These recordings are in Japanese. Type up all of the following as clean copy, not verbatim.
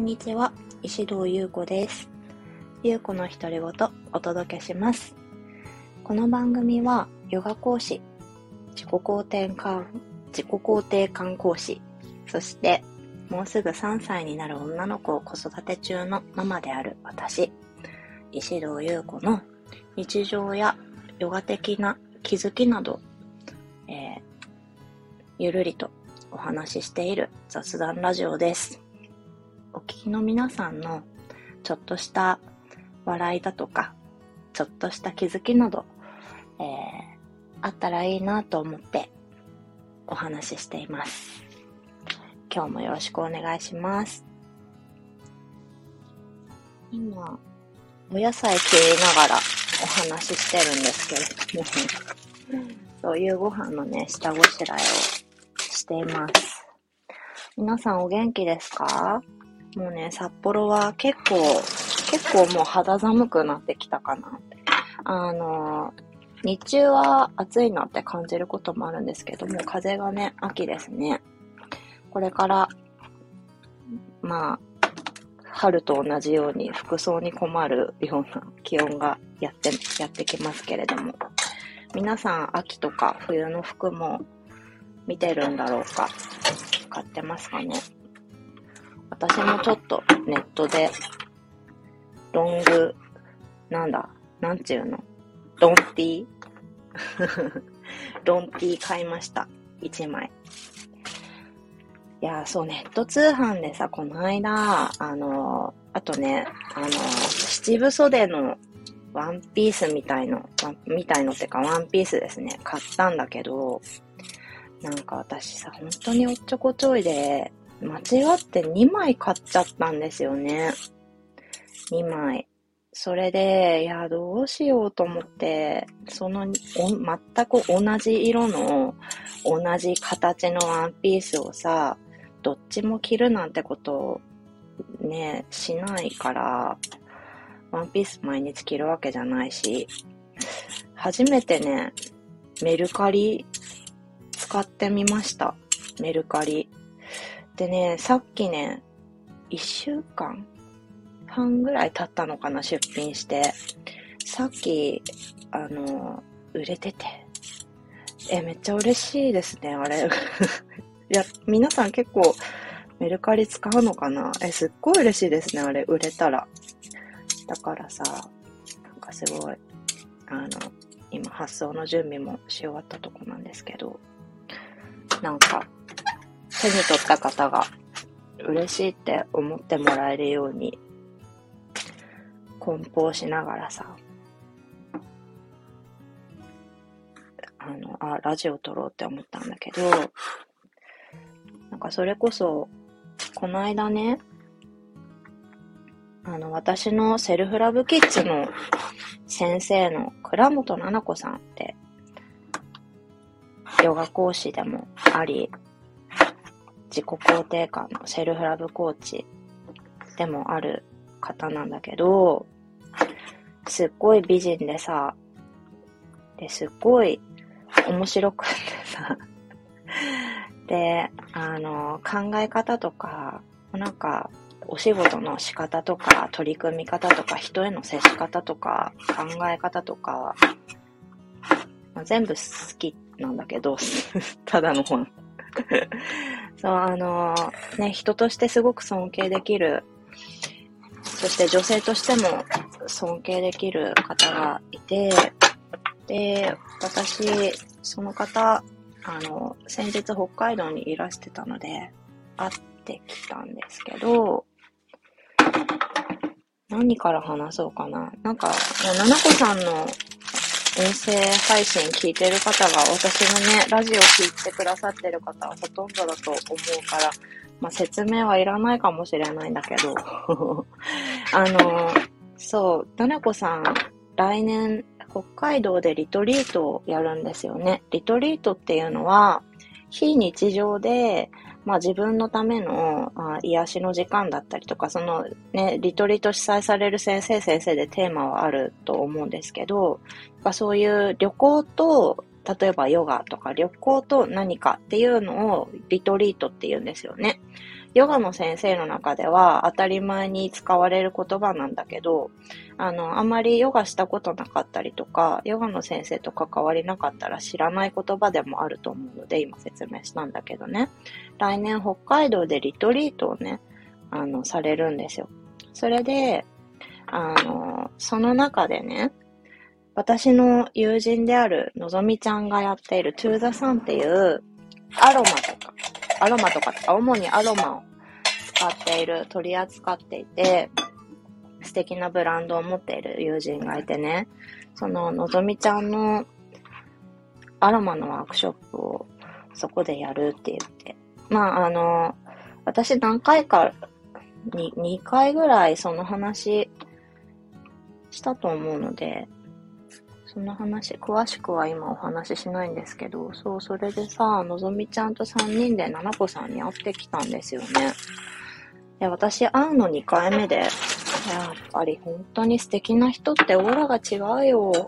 んにちは、石堂優子です。優子の独り言お届けします。この番組はヨガ講師、自己肯定感講師、そしてもうすぐ3歳になる女の子を子育て中のママである私、石堂優子の日常やヨガ的な気づきなど、ゆるりとお話ししている雑談ラジオです。お聞きの皆さんのちょっとした笑いだとか、ちょっとした気づきなど、あったらいいなと思ってお話ししています。今日もよろしくお願いします。今、お野菜切りながらお話ししてるんですけれども、そういうご飯のね、下ごしらえをしています。皆さんお元気ですか？もうね、札幌は結構もう肌寒くなってきたかな。日中は暑いなって感じることもあるんですけども、風がね、秋ですね。これから、春と同じように服装に困るような気温がやってきますけれども、皆さん秋とか冬の服も見てるんだろうか？買ってますかね？私もちょっとネットでロング、なんちゅうの？ロンティーロンティー買いました。1枚。いや、そう、ネット通販でさ、この間、あとね、七分袖のワンピースみたいのってかワンピースですね、買ったんだけど、なんか私さ、本当におっちょこちょいで、間違って2枚買っちゃったんですよね。2枚。それで、いや、どうしようと思って、全く同じ色の、同じ形のワンピースをさ、どっちも着るなんてことをね、しないから、ワンピース毎日着るわけじゃないし、初めてね、メルカリ使ってみました。メルカリ。でね、さっきね、1週間半ぐらい経ったのかな、出品して。さっき、売れてて。めっちゃ嬉しいですね、あれ。いや、皆さん結構メルカリ使うのかな？すっごい嬉しいですね、あれ、売れたら。だからさ、なんかすごい、今発送の準備もし終わったとこなんですけど、なんか、手に取った方が嬉しいって思ってもらえるように、梱包しながらさ、ラジオ撮ろうって思ったんだけど、なんかそれこそ、この間ね、私のセルフラブキッズの先生の倉本々子さんって、ヨガ講師でもあり、自己肯定感のセルフラブコーチでもある方なんだけど、すっごい美人でさ、すっごい面白くってさ、で、考え方とか、なんか、お仕事の仕方とか、取り組み方とか、人への接し方とか、考え方とか、全部好きなんだけど、ただの本。そう、ね、人としてすごく尊敬できる、そして女性としても尊敬できる方がいて、で、私、その方、先日北海道にいらしてたので、会ってきたんですけど、何から話そうかな。なんか、ななこさんの音声配信聞いてる方が、私のね、ラジオ聞いてくださってる方はほとんどだと思うから、説明はいらないかもしれないんだけど、そう、ななこさん、来年、北海道でリトリートをやるんですよね。リトリートっていうのは、非日常で、自分のための癒しの時間だったりとか、そのね、リトリート主催される先生でテーマはあると思うんですけど、そういう旅行と、例えばヨガとか旅行と何かっていうのをリトリートって言うんですよね。 ヨガの先生の中では当たり前に使われる言葉なんだけど、あまりヨガしたことなかったりとか、ヨガの先生と関わりなかったら知らない言葉でもあると思うので、今説明したんだけどね。来年北海道でリトリートをね、されるんですよ。それで、その中でね、私の友人であるのぞみちゃんがやっているトゥーザサンっていうアロマとか、主にアロマを使っている、取り扱っていて、素敵なブランドを持っている友人がいてね、そののぞみちゃんのアロマのワークショップをそこでやるって言って、私何回か2回ぐらいその話したと思うので、その話、詳しくは今お話ししないんですけど、それでさ、のぞみちゃんと3人でななこさんに会ってきたんですよね。で、私会うの2回目で、やっぱり本当に素敵な人ってオーラが違うよ。もう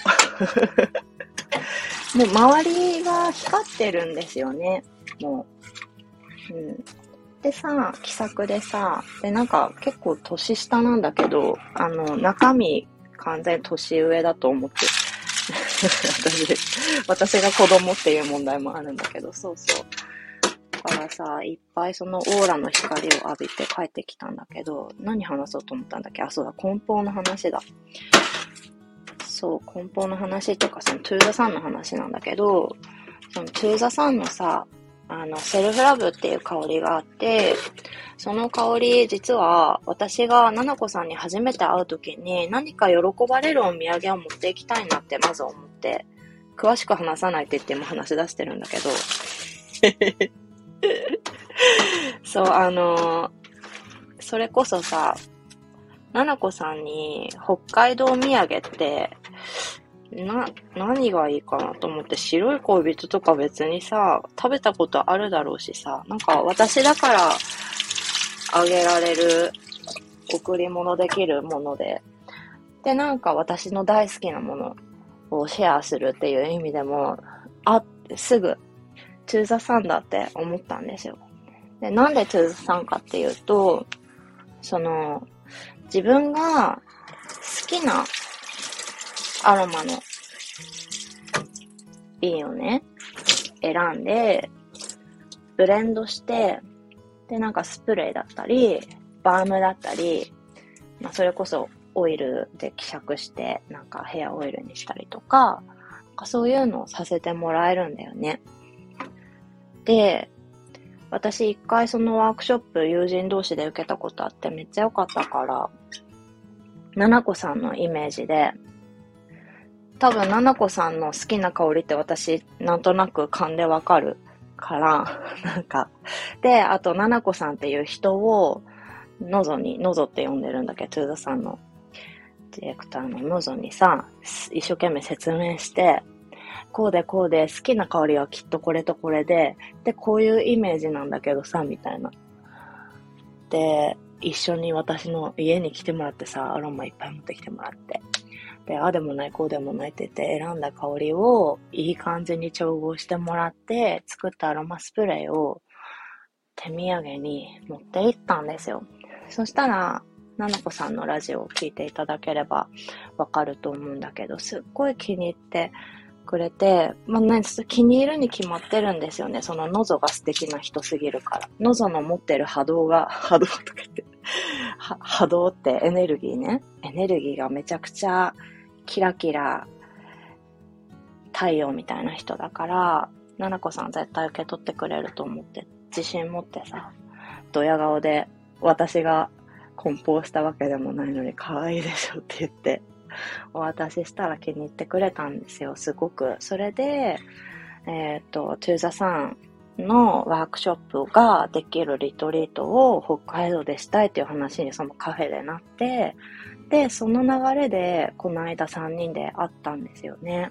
周りが光ってるんですよね。もう。でさ、気さくでさ、でなんか結構年下なんだけど、中身完全年上だと思って私が子供っていう問題もあるんだけど、そうそう。だからさ、いっぱいそのオーラの光を浴びて帰ってきたんだけど、何話そうと思ったんだっけ？そうだ、梱包の話だ。そう、梱包の話とか、そのトゥーザサンの話なんだけど、そのトゥーザサンのさ、セルフラブっていう香りがあって、その香り、実は私がななこさんに初めて会うときに何か喜ばれるお土産を持っていきたいなってまず思って、詳しく話さないって言っても話し出してるんだけど、そう、それこそさ、ななこさんに北海道土産って何がいいかなと思って、白い恋人とか別にさ、食べたことあるだろうしさ、なんか私だからあげられる、贈り物できるもので、で、なんか私の大好きなものをシェアするっていう意味でも、すぐ、トゥーザサンだって思ったんですよ。で、なんでトゥーザサンかっていうと、自分が好きなアロマの瓶をね、選んで、ブレンドして、で、なんかスプレーだったり、バームだったり、それこそオイルで希釈して、なんかヘアオイルにしたりとか、そういうのをさせてもらえるんだよね。で、私一回そのワークショップ友人同士で受けたことあってめっちゃ良かったから、ななこさんのイメージで、多分ななこさんの好きな香りって私なんとなく勘でわかるから、なんか、で、あとななこさんっていう人をのぞって呼んでるんだけど、トゥーザさんのディレクターののぞにさ、一生懸命説明して、こうで好きな香りはきっとこれとこれで、こういうイメージなんだけどさ、みたいな。で、一緒に私の家に来てもらってさ、アロマいっぱい持ってきてもらって。で、ああでもない、こうでもないって言って選んだ香りをいい感じに調合してもらって、作ったアロマスプレーを手土産に持って行ったんですよ。そしたら、ななこさんのラジオを聞いていただければわかると思うんだけど、すっごい気に入ってくれて、気に入るに決まってるんですよね。そのノゾが素敵な人すぎるから。ノゾの持ってる波動とか言って、波動ってエネルギーね。エネルギーがめちゃくちゃキラキラ太陽みたいな人だから、ななこさん絶対受け取ってくれると思って、自信持ってさ、ドヤ顔で私が梱包したわけでもないのに可愛いでしょって言ってお渡ししたら気に入ってくれたんですよ、すごく。それで、トゥーザさんのワークショップができるリトリートを北海道でしたいっていう話にそのカフェでなって、で、その流れでこの間3人で会ったんですよね。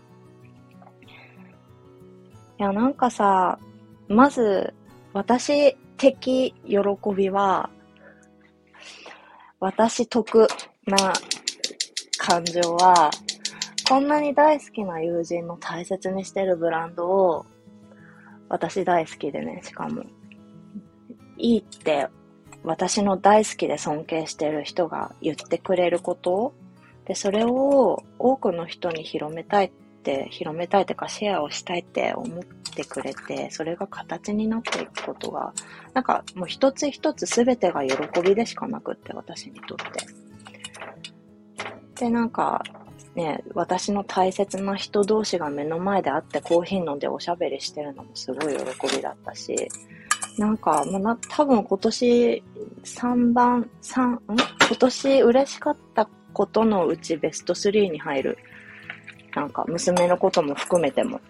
いや、なんかさ、まず私的喜びは、私得な感情は、こんなに大好きな友人の大切にしてるブランドを、私大好きでね、しかも、いいって私の大好きで尊敬してる人が言ってくれることで、それを多くの人に広めたいってかシェアをしたいって思ってくれて、それが形になっていくことが、なんかもう一つ一つ全てが喜びでしかなくって、私にとって。で、なんかね、私の大切な人同士が目の前で会ってコーヒー飲んでおしゃべりしてるのもすごい喜びだったし、なんか、多分今年今年嬉しかったことのうちベスト3に入る。なんか、娘のことも含めても。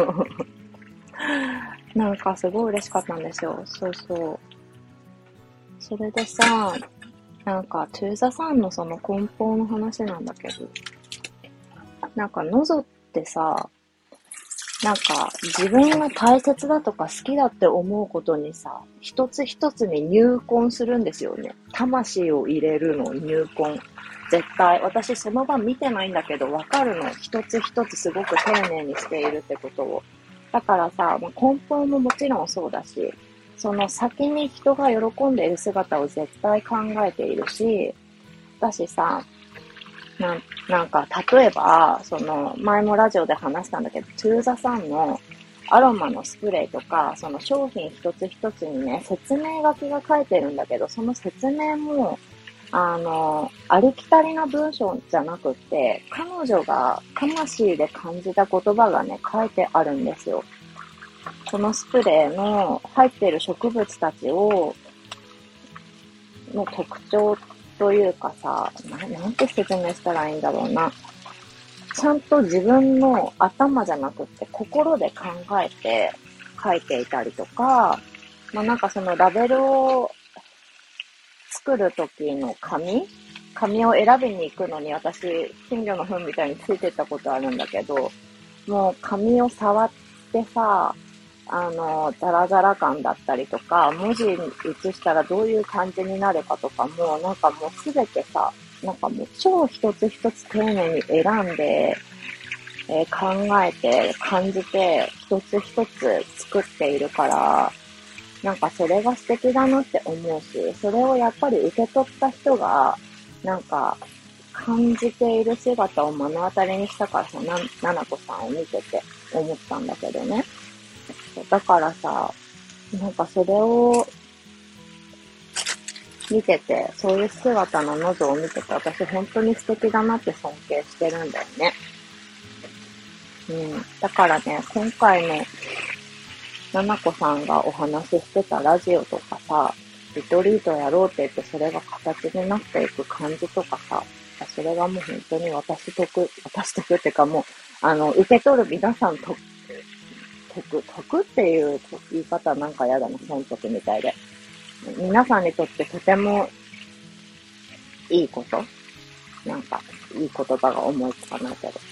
なんか、すごい嬉しかったんですよ。そうそう。それでさ、なんか、トゥーザさんのその根本の話なんだけど、なんか、ノゾってさ、なんか、自分が大切だとか好きだって思うことにさ、一つ一つに入魂するんですよね。魂を入れるの、入魂。絶対。私その場見てないんだけど、わかるの。一つ一つすごく丁寧にしているってことを。だからさ、根本ももちろんそうだし、その先に人が喜んでいる姿を絶対考えているし、だしさ、なんか、例えば、前もラジオで話したんだけど、トゥーザさんのアロマのスプレーとか、その商品一つ一つにね、説明書きが書いてるんだけど、その説明も、ありきたりな文章じゃなくって、彼女が魂で感じた言葉がね、書いてあるんですよ。このスプレーの入っている植物たちの特徴というかさ、なんて説明したらいいんだろうな。ちゃんと自分の頭じゃなくって心で考えて書いていたりとか、なんかそのラベルを作る時の紙を選びに行くのに私、金魚の糞みたいについてったことあるんだけど、もう紙を触ってさ、ザラザラ感だったりとか、文字に写したらどういう感じになるかとかも、なんかもうすべてさ、なんかもう超一つ一つ丁寧に選んで、考えて、感じて、一つ一つ作っているから、なんかそれが素敵だなって思うし、それをやっぱり受け取った人が、なんか、感じている姿を目の当たりにしたからさ、ななこさんを見てて思ったんだけどね。だからさ、なんかそれを見てて、そういう姿のノゾを見てて、私本当に素敵だなって尊敬してるんだよね。だからね、今回のななこさんがお話ししてたラジオとかさ、リトリートやろうって言ってそれが形になっていく感じとかさ、それがもう本当に私得っていうかもう、受け取る皆さん得っていう言い方なんかやだな、損得みたいで。皆さんにとってとてもいいこと、なんか、いい言葉が思いつかないけど。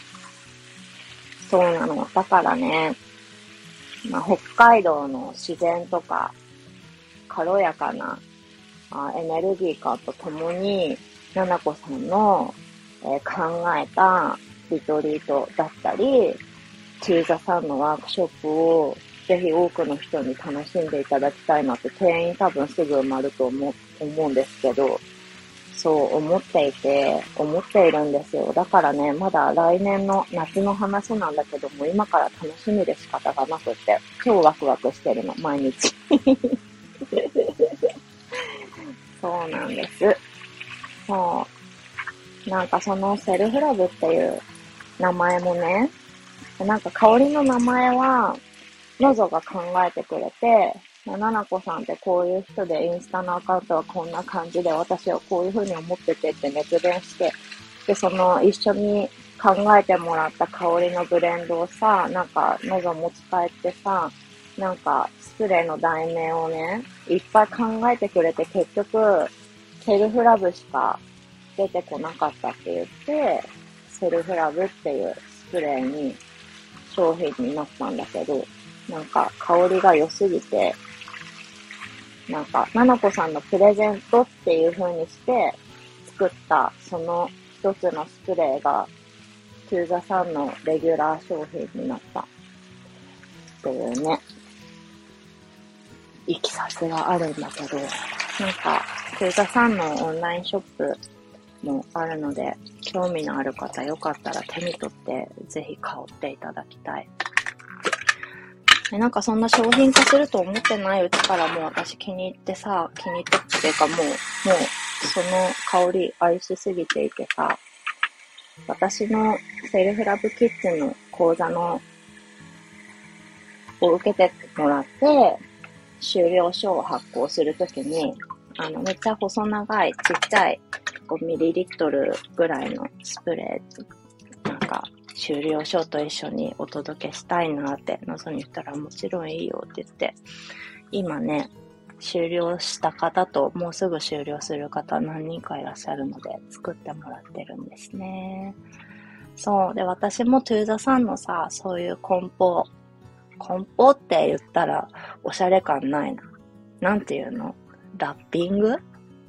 そうなの。だからね、北海道の自然とか、軽やかなエネルギーかとともに、ななこさんの、考えたリトリートだったり、中座さんのワークショップをぜひ多くの人に楽しんでいただきたいなって定員多分すぐ埋まると思うんですけど、そう思っているんですよ。だからね、まだ来年の夏の話なんだけども、今から楽しみで仕方がなくって、超ワクワクしてるの、毎日。そうなんです。そう。なんかそのセルフラブっていう名前もね、なんか香りの名前は、のぞが考えてくれて、ななこさんってこういう人で、インスタのアカウントはこんな感じで、私はこういう風に思っててって熱弁して、で、一緒に考えてもらった香りのブレンドをさ、なんか、のぞ持ち帰ってさ、なんか、スプレーの題名をね、いっぱい考えてくれて、結局、セルフラブしか出てこなかったって言って、セルフラブっていうスプレーに、商品になったんだけど、なんか香りが良すぎて、なんか、ななこさんのプレゼントっていう風にして作ったその一つのスプレーが、トゥーザさんのレギュラー商品になったっていうね、いきさつがあるんだけど、 なんか、トゥーザさんのオンラインショップもあるので、興味のある方よかったら手に取ってぜひ香っていただきたい。なんかそんな商品化すると思ってないうちからもう私気に入ってっていうかもうその香り愛しすぎていてさ、私のセルフラブキッチンの講座を受けてもらって、終了書を発行するときに、めっちゃ細長いちっちゃい5ミリリットルぐらいのスプレー、なんか、終了書と一緒にお届けしたいなってのぞに言ったら、もちろんいいよって言って、今ね、終了した方ともうすぐ終了する方何人かいらっしゃるので作ってもらってるんですね。そう。で、私もトゥーザさんのさ、そういう梱包って言ったらおしゃれ感ないな。なんていうの？ラッピング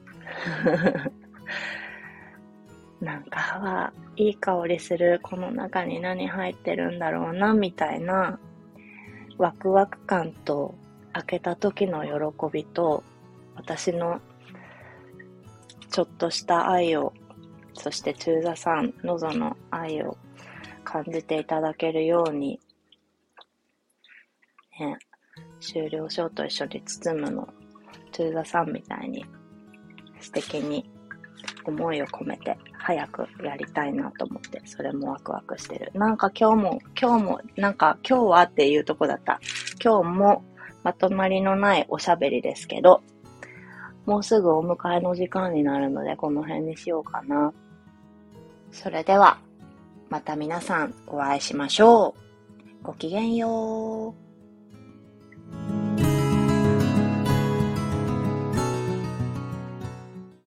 なんかいい香りする。この中に何入ってるんだろうな、みたいなワクワク感と開けた時の喜びと私のちょっとした愛を、そしてトゥーザさん、のぞの愛を感じていただけるようにね、終了書と一緒に包むのトゥーザさんみたいに素敵に思いを込めて早くやりたいなと思って、それもワクワクしてる。なんか今日もなんか今日はっていうとこだった。今日もまとまりのないおしゃべりですけど、もうすぐお迎えの時間になるのでこの辺にしようかな。それではまた皆さんお会いしましょう。ごきげんよう。